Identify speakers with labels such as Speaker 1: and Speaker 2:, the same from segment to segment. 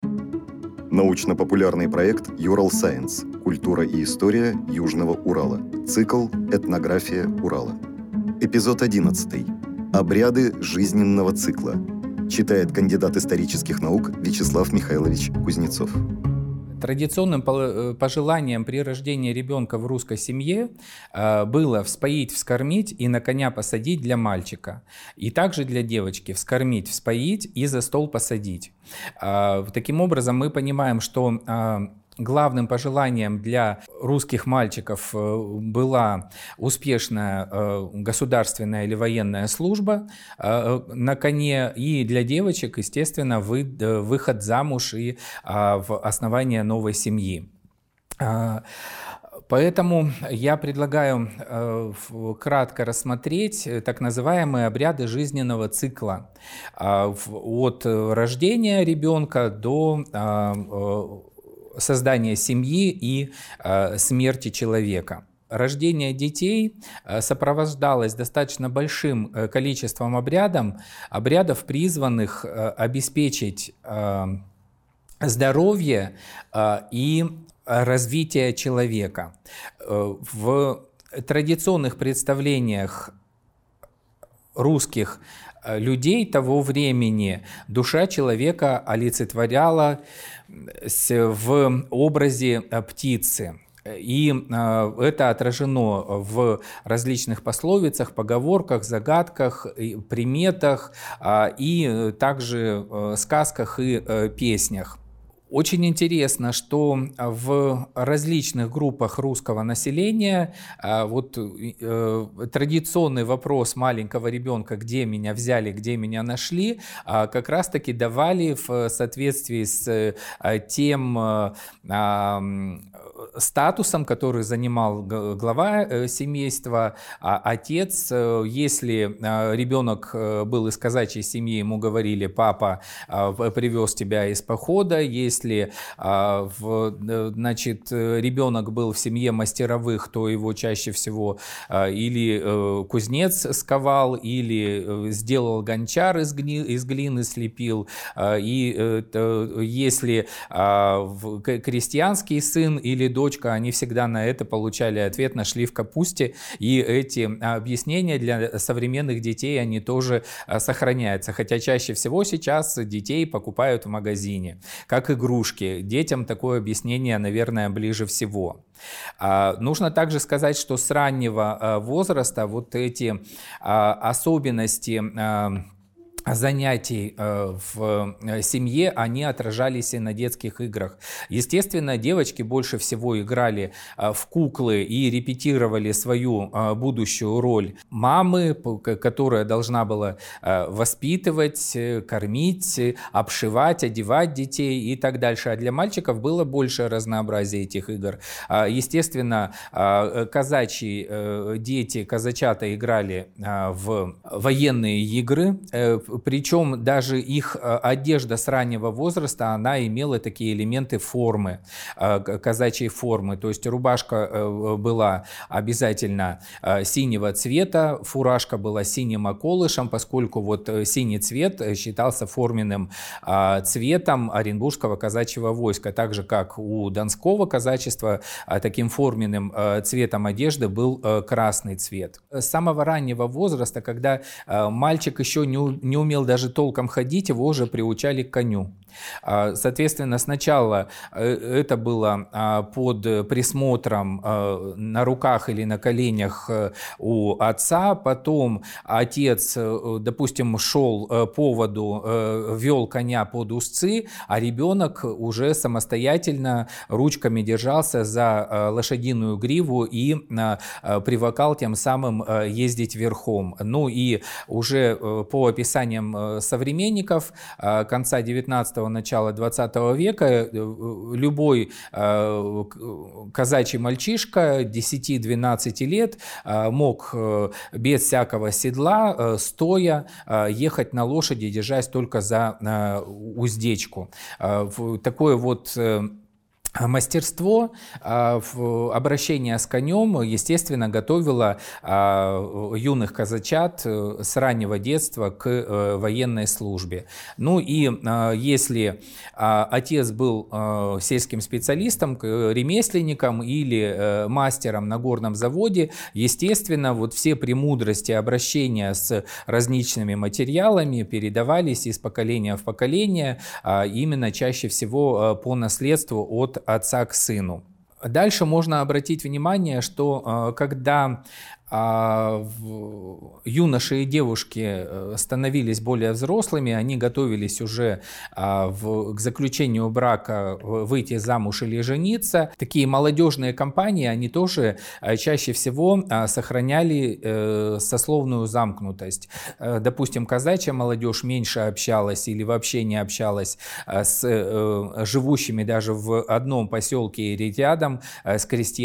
Speaker 1: Научно-популярный проект «Ural Science. Культура и история Южного Урала». Цикл «Этнография Урала». Эпизод 11. Обряды жизненного цикла. Читает кандидат исторических наук Вячеслав Михайлович Кузнецов.
Speaker 2: Традиционным пожеланием при рождении ребенка в русской семье было вспоить, вскормить и на коня посадить для мальчика. И также для девочки вскормить, вспоить и за стол посадить. Таким образом, мы понимаем, что главным пожеланием для русских мальчиков была успешная государственная или военная служба на коне, и для девочек, естественно, выход замуж и в основание новой семьи. Поэтому я предлагаю кратко рассмотреть так называемые обряды жизненного цикла от рождения ребенка до создания семьи и смерти человека. Рождение детей сопровождалось достаточно большим количеством обрядов, призванных обеспечить здоровье и развитие человека. В традиционных представлениях русских людей того времени душа человека олицетворялась в образе птицы. И это отражено в различных пословицах, поговорках, загадках, приметах и также сказках и песнях. Очень интересно, что в различных группах русского населения традиционный вопрос маленького ребенка «где меня взяли, где меня нашли» как раз-таки давали в соответствии с тем статусом, который занимал глава семейства, отец. Если ребенок был из казачьей семьи, ему говорили: «Папа привез тебя из похода». Если ребенок был в семье мастеровых, то его чаще всего или кузнец сковал, или сделал гончар из глины слепил. И если крестьянский сын или дочка, они всегда на это получали ответ: нашли в капусте. И эти объяснения для современных детей, они тоже сохраняются. Хотя чаще всего сейчас детей покупают в магазине, как игрушки. Детям такое объяснение, наверное, ближе всего. Нужно также сказать, что с раннего возраста вот эти особенности занятий в семье, они отражались и на детских играх. Естественно, девочки больше всего играли в куклы и репетировали свою будущую роль мамы, которая должна была воспитывать, кормить, обшивать, одевать детей и так дальше. А для мальчиков было больше разнообразия этих игр. Естественно, казачьи дети, казачата играли в военные игры, причем даже их одежда с раннего возраста, она имела такие элементы формы, казачьей формы. То есть рубашка была обязательно синего цвета, фуражка была синим околышем, поскольку вот синий цвет считался форменным цветом оренбургского казачьего войска. Так же, как у донского казачества, таким форменным цветом одежды был красный цвет. С самого раннего возраста, когда мальчик еще не умел даже толком ходить, его уже приучали к коню. Соответственно, сначала это было под присмотром на руках или на коленях у отца, потом отец, допустим, шел по воду, вел коня под узцы, а ребенок уже самостоятельно ручками держался за лошадиную гриву и привыкал тем самым ездить верхом. Ну и уже по описаниям современников конца 19-го, начала 20 века любой казачий мальчишка 10-12 лет мог без всякого седла, стоя, ехать на лошади, держась только за уздечку. Такое вот Мастерство обращения с конем, естественно, готовило юных казачат с раннего детства к военной службе. Ну и если отец был сельским специалистом, ремесленником или мастером на горном заводе, естественно, вот все премудрости обращения с различными материалами передавались из поколения в поколение, именно чаще всего по наследству от отца к сыну. Дальше можно обратить внимание, что когда юноши и девушки становились более взрослыми, они готовились уже к заключению брака, выйти замуж или жениться. Такие молодежные компании, они тоже чаще всего сохраняли сословную замкнутость. Допустим, казачья молодежь меньше общалась или вообще не общалась с живущими даже в одном поселке или рядом, с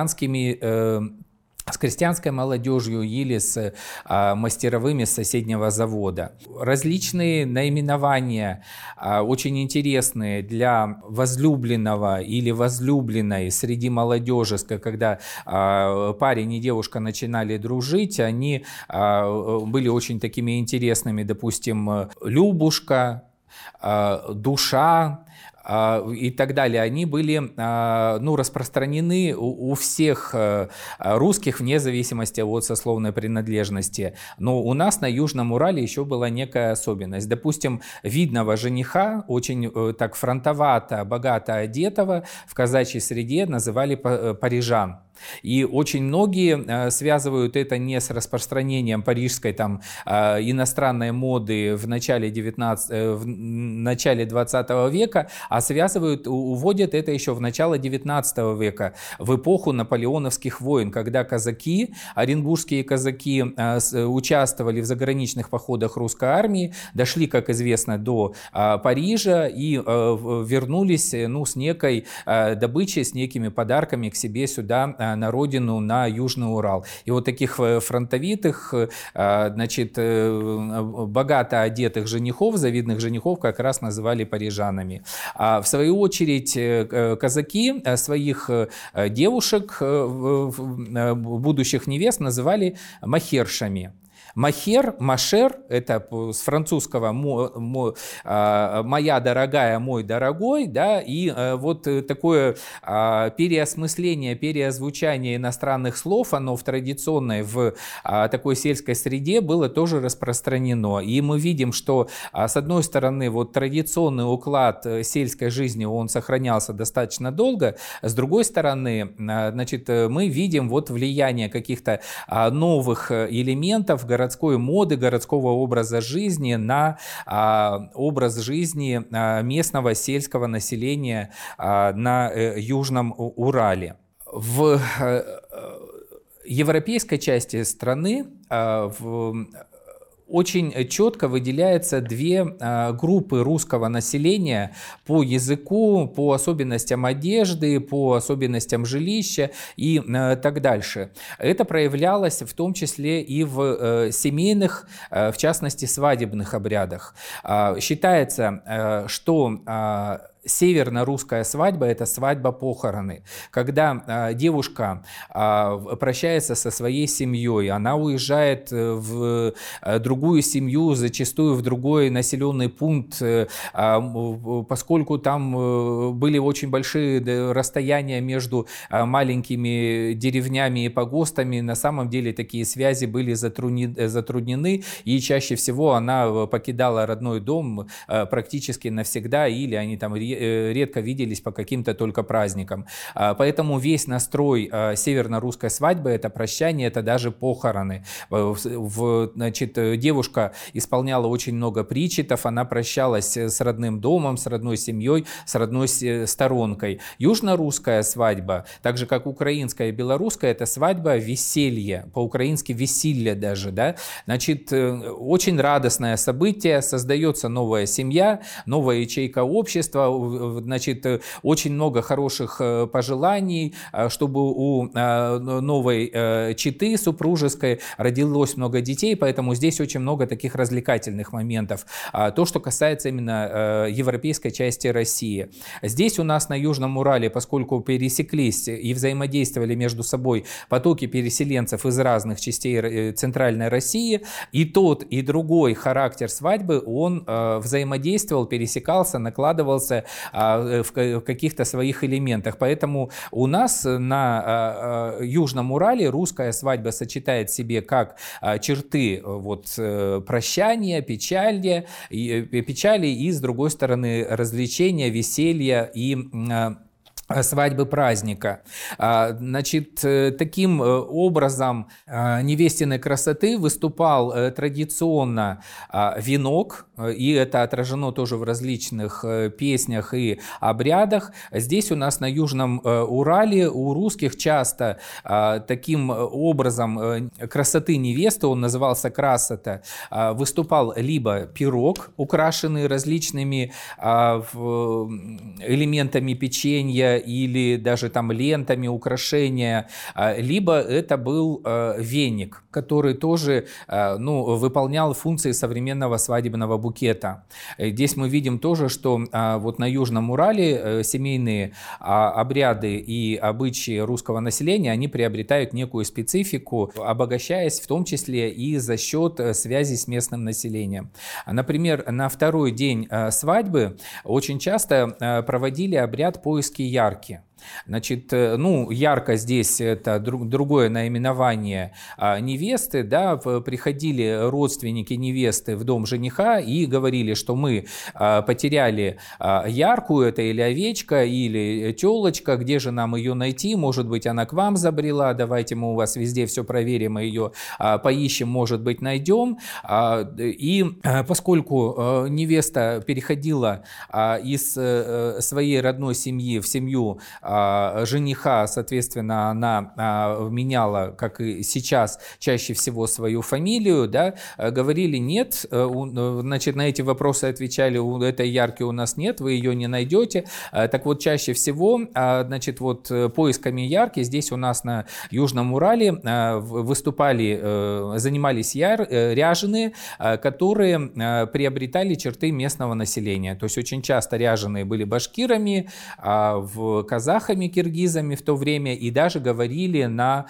Speaker 2: крестьянской молодежью или с мастеровыми с соседнего завода. Различные наименования, очень интересные для возлюбленного или возлюбленной среди молодежи, когда парень и девушка начинали дружить, они были очень такими интересными, допустим, Любушка, Душа и так далее. Они были распространены у всех русских вне зависимости от сословной принадлежности. Но у нас на Южном Урале еще была некая особенность. Допустим, видного жениха, очень так фронтовато, богато одетого, в казачьей среде называли парижан. И очень многие связывают это не с распространением парижской иностранной моды в начале 20 века, а уводят это еще в начало 19 века, в эпоху наполеоновских войн, когда казаки, оренбургские казаки участвовали в заграничных походах русской армии, дошли, как известно, до Парижа и вернулись с некой добычей, с некими подарками к себе сюда, на родину, на Южный Урал. И вот таких фронтовитых, богато одетых женихов, завидных женихов как раз называли парижанами. А в свою очередь казаки своих девушек, будущих невест, называли махершами. Махер, машер, это с французского «моя дорогая, мой дорогой», да, и вот такое переосмысление, переозвучание иностранных слов, оно в традиционной, в такой сельской среде было тоже распространено. И мы видим, что с одной стороны вот традиционный уклад сельской жизни, он сохранялся достаточно долго, с другой стороны, мы видим вот влияние каких-то новых элементов городской моды, городского образа жизни на образ жизни местного сельского населения на Южном Урале. В европейской части страны очень четко выделяются две группы русского населения по языку, по особенностям одежды, по особенностям жилища и так дальше. Это проявлялось в том числе и в семейных, в частности, свадебных обрядах. Считается, что северно-русская свадьба – это свадьба-похороны. Когда девушка прощается со своей семьей, она уезжает в другую семью, зачастую в другой населенный пункт, поскольку там были очень большие расстояния между маленькими деревнями и погостами, на самом деле такие связи были затруднены, и чаще всего она покидала родной дом практически навсегда, или они там редко виделись по каким-то только праздникам. Поэтому весь настрой северно-русской свадьбы – это прощание, это даже похороны. Девушка исполняла очень много причетов, она прощалась с родным домом, с родной семьей, с родной сторонкой. Южно-русская свадьба, так же как украинская и белорусская, это свадьба веселье, по-украински веселье даже, да? Очень радостное событие, создается новая семья, новая ячейка общества, значит, очень много хороших пожеланий, чтобы у новой четы супружеской родилось много детей, поэтому здесь очень много таких развлекательных моментов. То, что касается именно европейской части России. Здесь у нас на Южном Урале, поскольку пересеклись и взаимодействовали между собой потоки переселенцев из разных частей Центральной России, и тот, и другой характер свадьбы, он взаимодействовал, пересекался, накладывался в каких-то своих элементах. Поэтому у нас на Южном Урале русская свадьба сочетает в себе как черты прощания, печали, и, с другой стороны, развлечения, веселья и свадьбы праздника. Значит, таким образом невестиной красоты выступал традиционно венок, и это отражено тоже в различных песнях и обрядах. Здесь у нас на Южном Урале у русских часто таким образом красоты невесты, он назывался красота, выступал либо пирог, украшенный различными элементами печенья, или даже там лентами, украшения, либо это был веник, который тоже выполнял функции современного свадебного букета. Здесь мы видим тоже, что вот на Южном Урале семейные обряды и обычаи русского населения, они приобретают некую специфику, обогащаясь в том числе и за счет связи с местным населением. Например, на второй день свадьбы очень часто проводили обряд поиски ярки. Значит, ярко здесь это другое наименование невесты, да, приходили родственники невесты в дом жениха и говорили, что мы потеряли ярку, это или овечка, или телочка, где же нам ее найти, может быть, она к вам забрела, давайте мы у вас везде все проверим и ее поищем, может быть, найдем. И поскольку невеста переходила из своей родной семьи в семью жениха, соответственно, она меняла, как и сейчас, чаще всего свою фамилию, да, говорили нет, значит, на эти вопросы отвечали, этой ярки у нас нет, вы ее не найдете. Так вот, чаще всего, значит, вот поисками ярки здесь у нас на Южном Урале выступали, занимались ряженые, которые приобретали черты местного населения. То есть очень часто ряженые были башкирами, казахами, киргизами в то время, и даже говорили на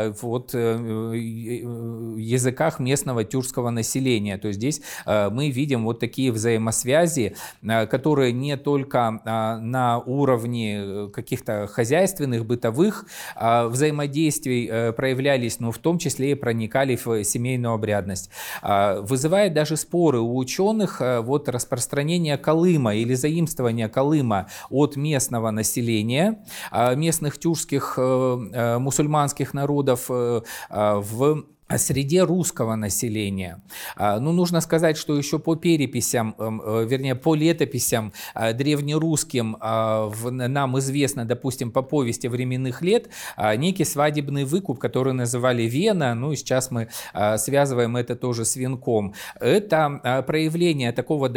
Speaker 2: языках местного тюркского населения. То есть здесь мы видим вот такие взаимосвязи, которые не только на уровне каких-то хозяйственных, бытовых взаимодействий проявлялись, но в том числе и проникали в семейную обрядность. Вызывает даже споры у ученых вот распространение Колыма или заимствование Колыма от местного населения, местных тюркских мусульманских народов в среде русского населения. Нужно сказать, что еще по переписям, вернее, по летописям древнерусским нам известно, допустим, по повести временных лет, некий свадебный выкуп, который называли вена, сейчас мы связываем это тоже с венком. Это проявление такого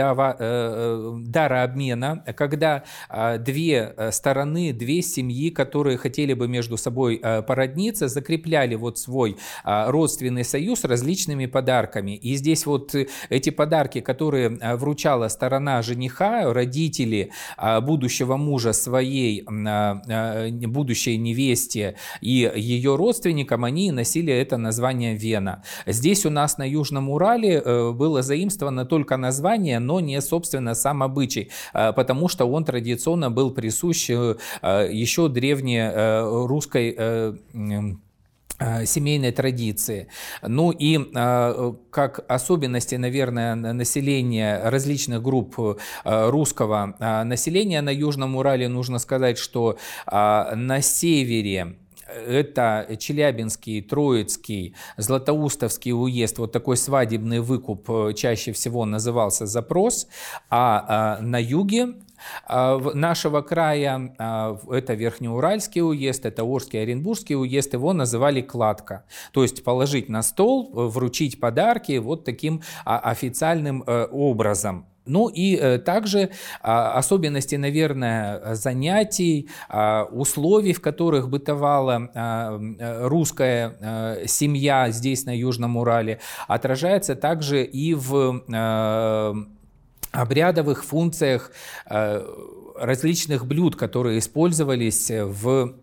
Speaker 2: дарообмена, когда две стороны, две семьи, которые хотели бы между собой породниться, закрепляли вот свой родственный союз различными подарками. И здесь вот эти подарки, которые вручала сторона жениха, родители будущего мужа своей будущей невесте и ее родственникам, они носили это название вена. Здесь у нас на Южном Урале было заимствовано только название, но не, собственно, сам обычай, потому что он традиционно был присущ еще древней русской семейной традиции. И как особенности, наверное, населения различных групп русского населения на Южном Урале нужно сказать, что на севере это Челябинский, Троицкий, Златоустовский уезд, вот такой свадебный выкуп чаще всего назывался запрос, а на юге нашего края, это Верхнеуральский уезд, это Орский, Оренбургский уезд, его называли кладка. То есть положить на стол, вручить подарки вот таким официальным образом. Ну и также особенности, наверное, занятий, условий, в которых бытовала русская семья здесь, на Южном Урале, отражается также и в обрядовых функциях различных блюд, которые использовались в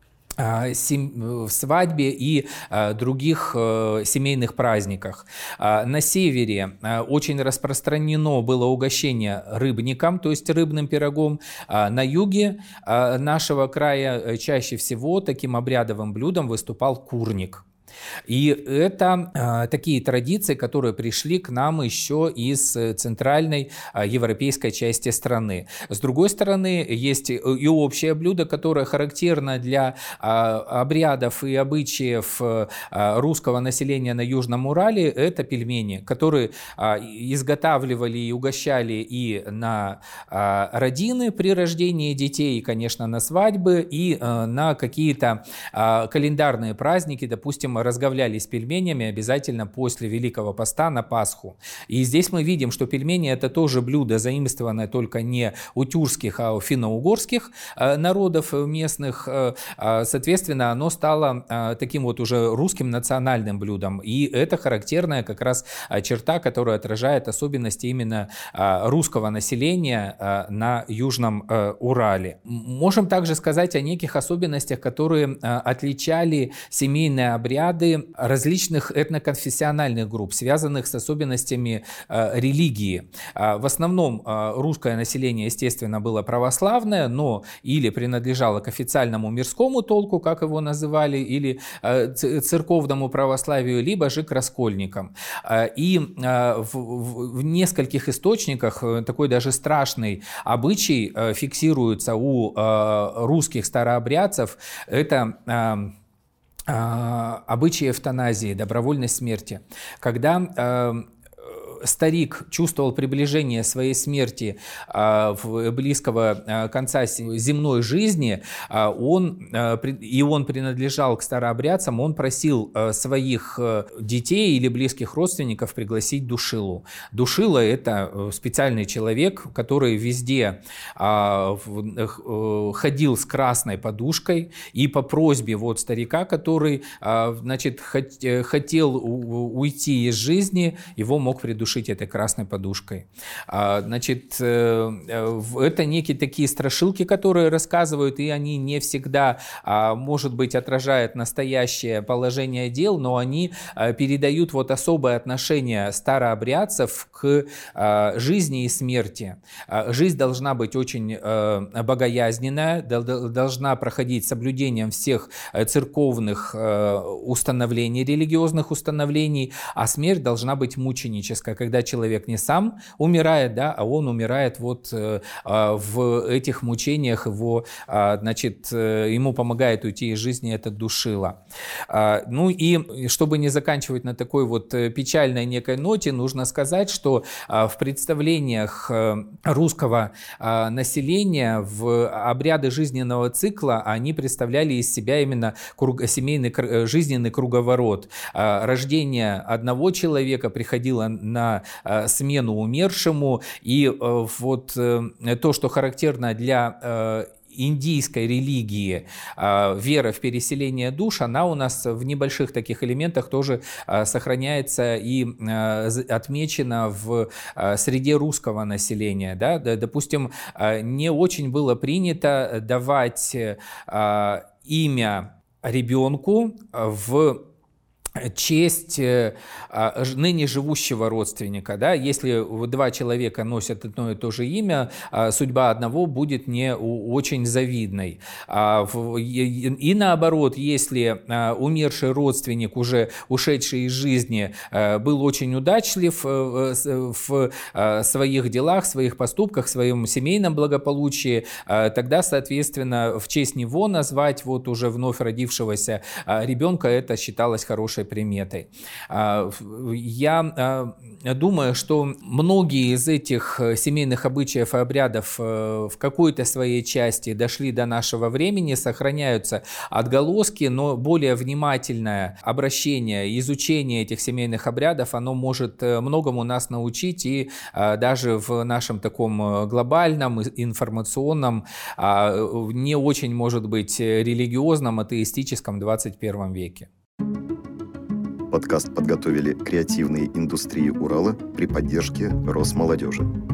Speaker 2: свадьбе и других семейных праздниках. На севере очень распространено было угощение рыбником, то есть рыбным пирогом. На юге нашего края чаще всего таким обрядовым блюдом выступал курник. И это такие традиции, которые пришли к нам еще из центральной европейской части страны. С другой стороны, есть и общее блюдо, которое характерно для обрядов и обычаев русского населения на Южном Урале. Это пельмени, которые изготавливали и угощали и на родины при рождении детей, и, конечно, на свадьбы, и на какие-то календарные праздники, допустим, разговлялись пельменями обязательно после Великого Поста на Пасху. И здесь мы видим, что пельмени — это тоже блюдо, заимствованное только не у тюркских, а у финно-угорских народов местных. Соответственно, оно стало таким вот уже русским национальным блюдом. И это характерная как раз черта, которая отражает особенности именно русского населения на Южном Урале. Можем также сказать о неких особенностях, которые отличали семейные обряды различных этноконфессиональных групп, связанных с особенностями религии. В основном русское население, естественно, было православное, но или принадлежало к официальному мирскому толку, как его называли, или церковному православию, либо же к раскольникам. И в нескольких источниках такой даже страшный обычай фиксируется у русских старообрядцев. Это обычаи эвтаназии, добровольной смерти. Когда старик чувствовал приближение своей смерти в близкого конца земной жизни, он принадлежал к старообрядцам, он просил своих детей или близких родственников пригласить душилу. Душила — это специальный человек, который везде ходил с красной подушкой, и по просьбе вот старика, который, значит, хотел уйти из жизни, его мог придушить этой красной подушкой. Значит, это некие такие страшилки, которые рассказывают, и они не всегда, может быть, отражают настоящее положение дел, но они передают вот особое отношение старообрядцев к жизни и смерти. Жизнь должна быть очень богоязненная, должна проходить соблюдением всех церковных установлений, религиозных установлений, а смерть должна быть мученическая, когда человек не сам умирает, да, а он умирает вот в этих мучениях, его, значит, ему помогает уйти из жизни этот душила. Ну и чтобы не заканчивать на такой вот печальной некой ноте, нужно сказать, что в представлениях русского населения в обряды жизненного цикла они представляли из себя именно семейный жизненный круговорот. Рождение одного человека приходило на смену умершему, и вот то, что характерно для индийской религии, вера в переселение душ, она у нас в небольших таких элементах тоже сохраняется и отмечена в среде русского населения. Да? Допустим, не очень было принято давать имя ребенку в честь ныне живущего родственника. Да? Если два человека носят одно и то же имя, судьба одного будет не очень завидной. И наоборот, если умерший родственник, уже ушедший из жизни, был очень удачлив в своих делах, в своих поступках, в своем семейном благополучии, тогда, соответственно, в честь него назвать вот уже вновь родившегося ребенка, это считалось хорошей хорошей приметой. Я думаю, что многие из этих семейных обычаев и обрядов в какой-то своей части дошли до нашего времени, сохраняются отголоски, но более внимательное обращение, изучение этих семейных обрядов, оно может многому нас научить, и даже в нашем таком глобальном, информационном, не очень, может быть, религиозном, атеистическом 21 веке.
Speaker 1: Подкаст подготовили креативные индустрии Урала при поддержке Росмолодежи.